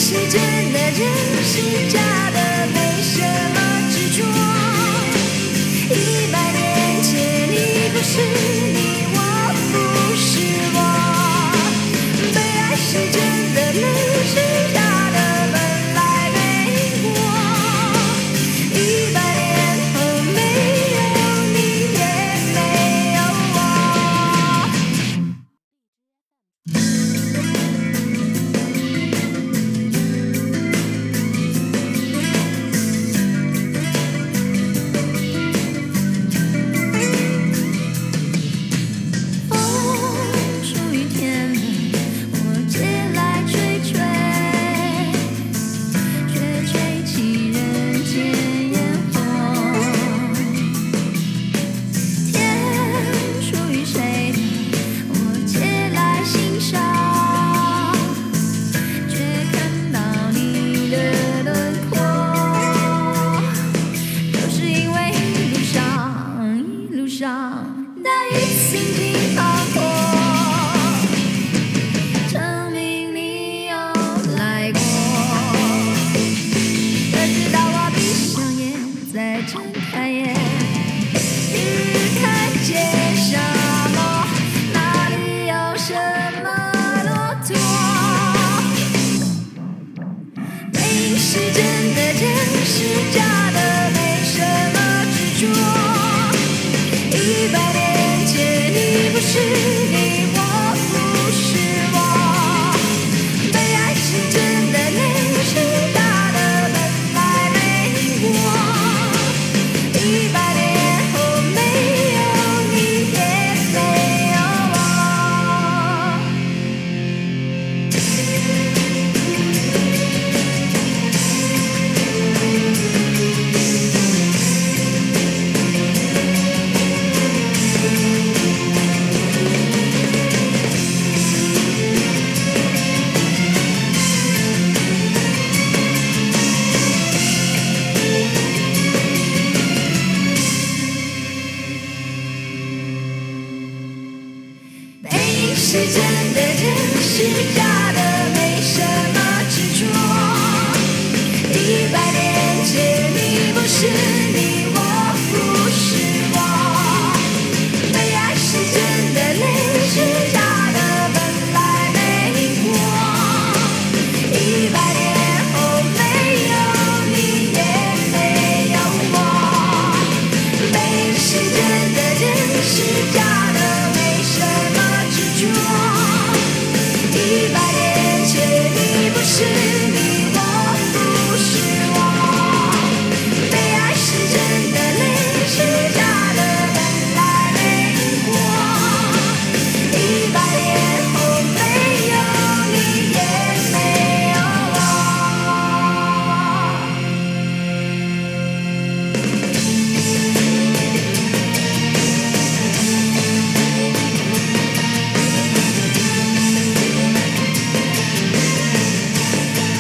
是真的，人是假的，没什么执着。100年前，你不是你，我不是我。被爱是真的，泪是假的，本来没我。100年后，没有你，也没有我。风属于天的，我借来吹吹，却吹起人间烟火。天属于谁的，我借来欣赏，却看到你的轮廓。都是因为一路上大雨心情磅礴，证明你有来过。可直到我闭上眼，再睁开眼，只看见沙漠，哪里有什么骆驼？背影是真的，真是假的，没什么执着。100年前，你不是你，我不是我。被爱是真的，泪是假的，本来没我。100年后，没有你，也没有我。背影是真的，真是假的，没什么执着。100年前，你不是你，我不是我。被爱是真的，泪是假的，本来没我。100年后，没有你，也没有我。背影是真的，真是假的，没什么执着。100年前，你不是你，我不是我。被爱是真的，泪是假的，本来没我。100年后，没有你，也没有我。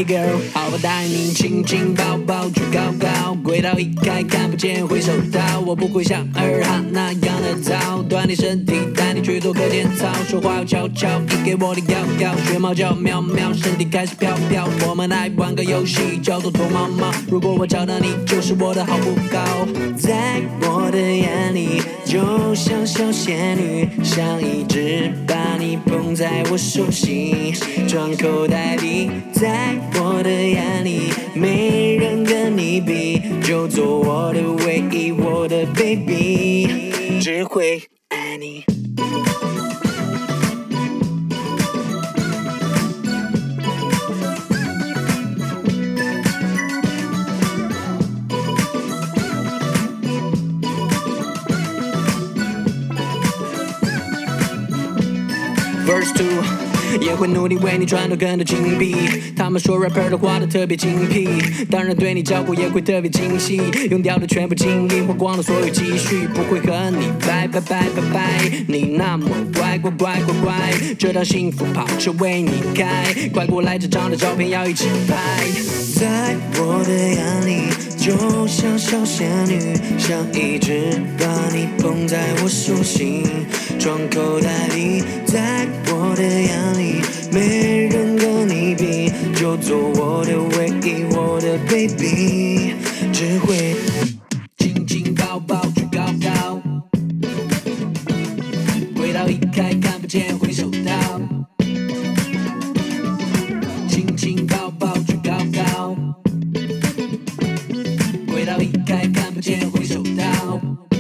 Hey girl，好吧，带你亲亲抱抱举高高，轨道一开看不见回首刀，我不会像二哈那样的早，锻炼身体带你去做课间操，说话要悄悄，你给我的要要，学猫叫喵喵，身体开始飘飘，我们来玩个游戏叫做躲猫猫，如果我找到你，就是我的好不高，在我的眼里就像小仙女，想一直把你捧在我手心，装口袋里，在我的眼里没人跟你比，就做我的唯一，我的 baby， 只会爱你。Verse 2，也会努力为你赚到更多金币。他们说 rapper 的话都特别精辟，当然对你照顾也会特别精细，用掉了全部精力，花光了所有积蓄，不会和你拜拜拜拜拜。你那么乖乖乖乖乖，这辆幸福跑车为你开，快过来，这张的照片要一起拍。在我的眼里，就像小仙女，想一直把你捧在我手心，装口袋里，在我的眼里没人跟你比，就做我的唯一，我的 baby， 只会亲亲抱抱举高高，轨道一开看不见回首刀，亲亲抱抱举高高，轨道一开看不见回首刀。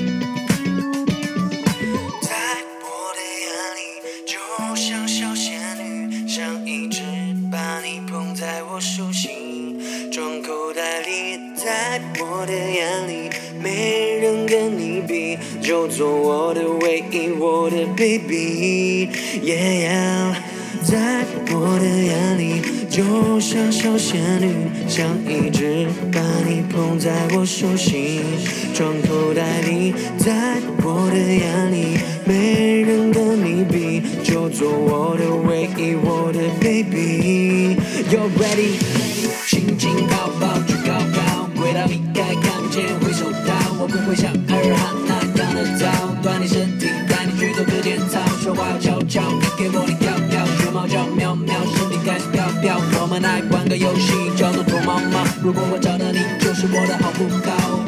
像小仙女，想一直把你捧在我手心，装口袋里，在我的眼里没人跟你比，就做我的唯一，我的 baby， yeah， 在我的眼里就像小仙女，想一直把你捧在我手心，装口袋里，在我的眼里没人跟你比，就做我的唯一，我的 baby， You're ready， 亲亲抱抱举高高，轨道一开看不见回首刀，我不会像二哈那样的早，锻炼身体带你去做课间操，说话要悄悄，你给我的要要，学猫叫喵喵，身体开始飘飘，我们来玩个游戏叫做躲猫猫，如果我找到你，就是我的好不高。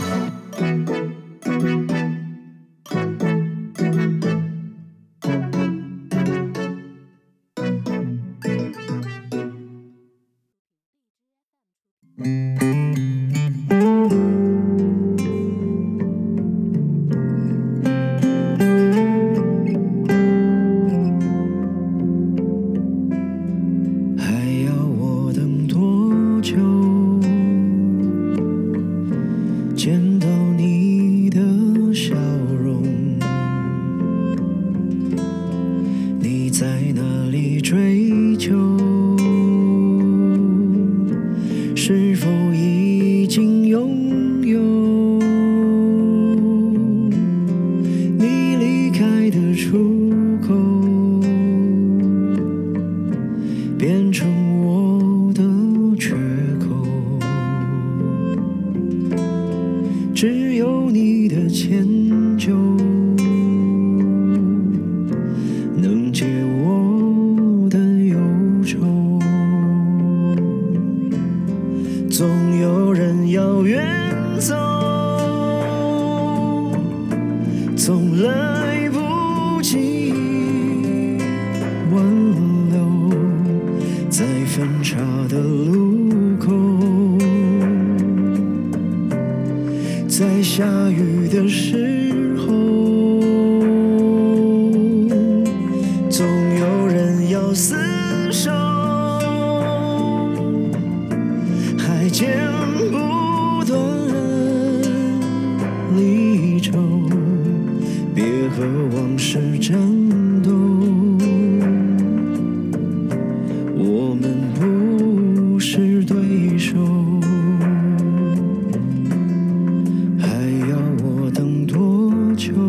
还要我等多久？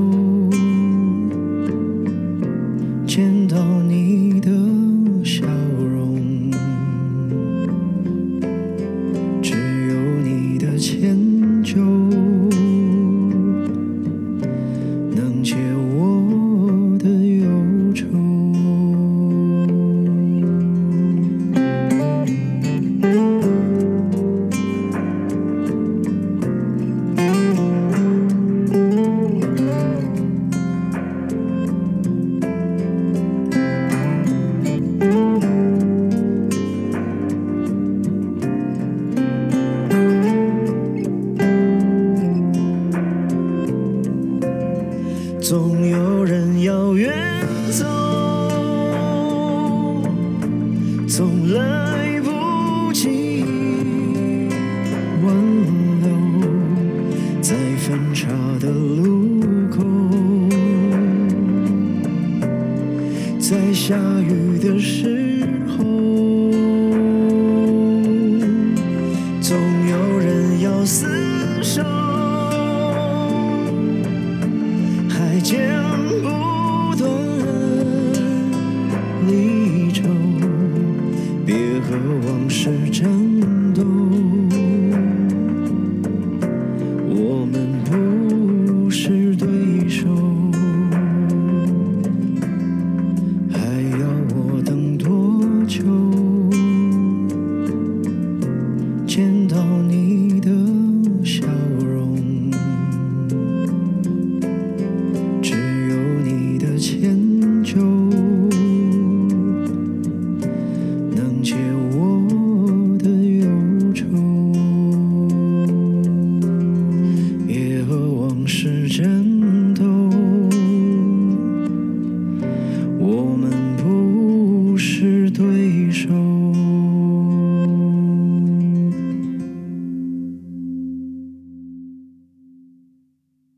总有人要远走，总来不及挽留，在分岔的路口，在下雨的时候，总有人要厮守，还见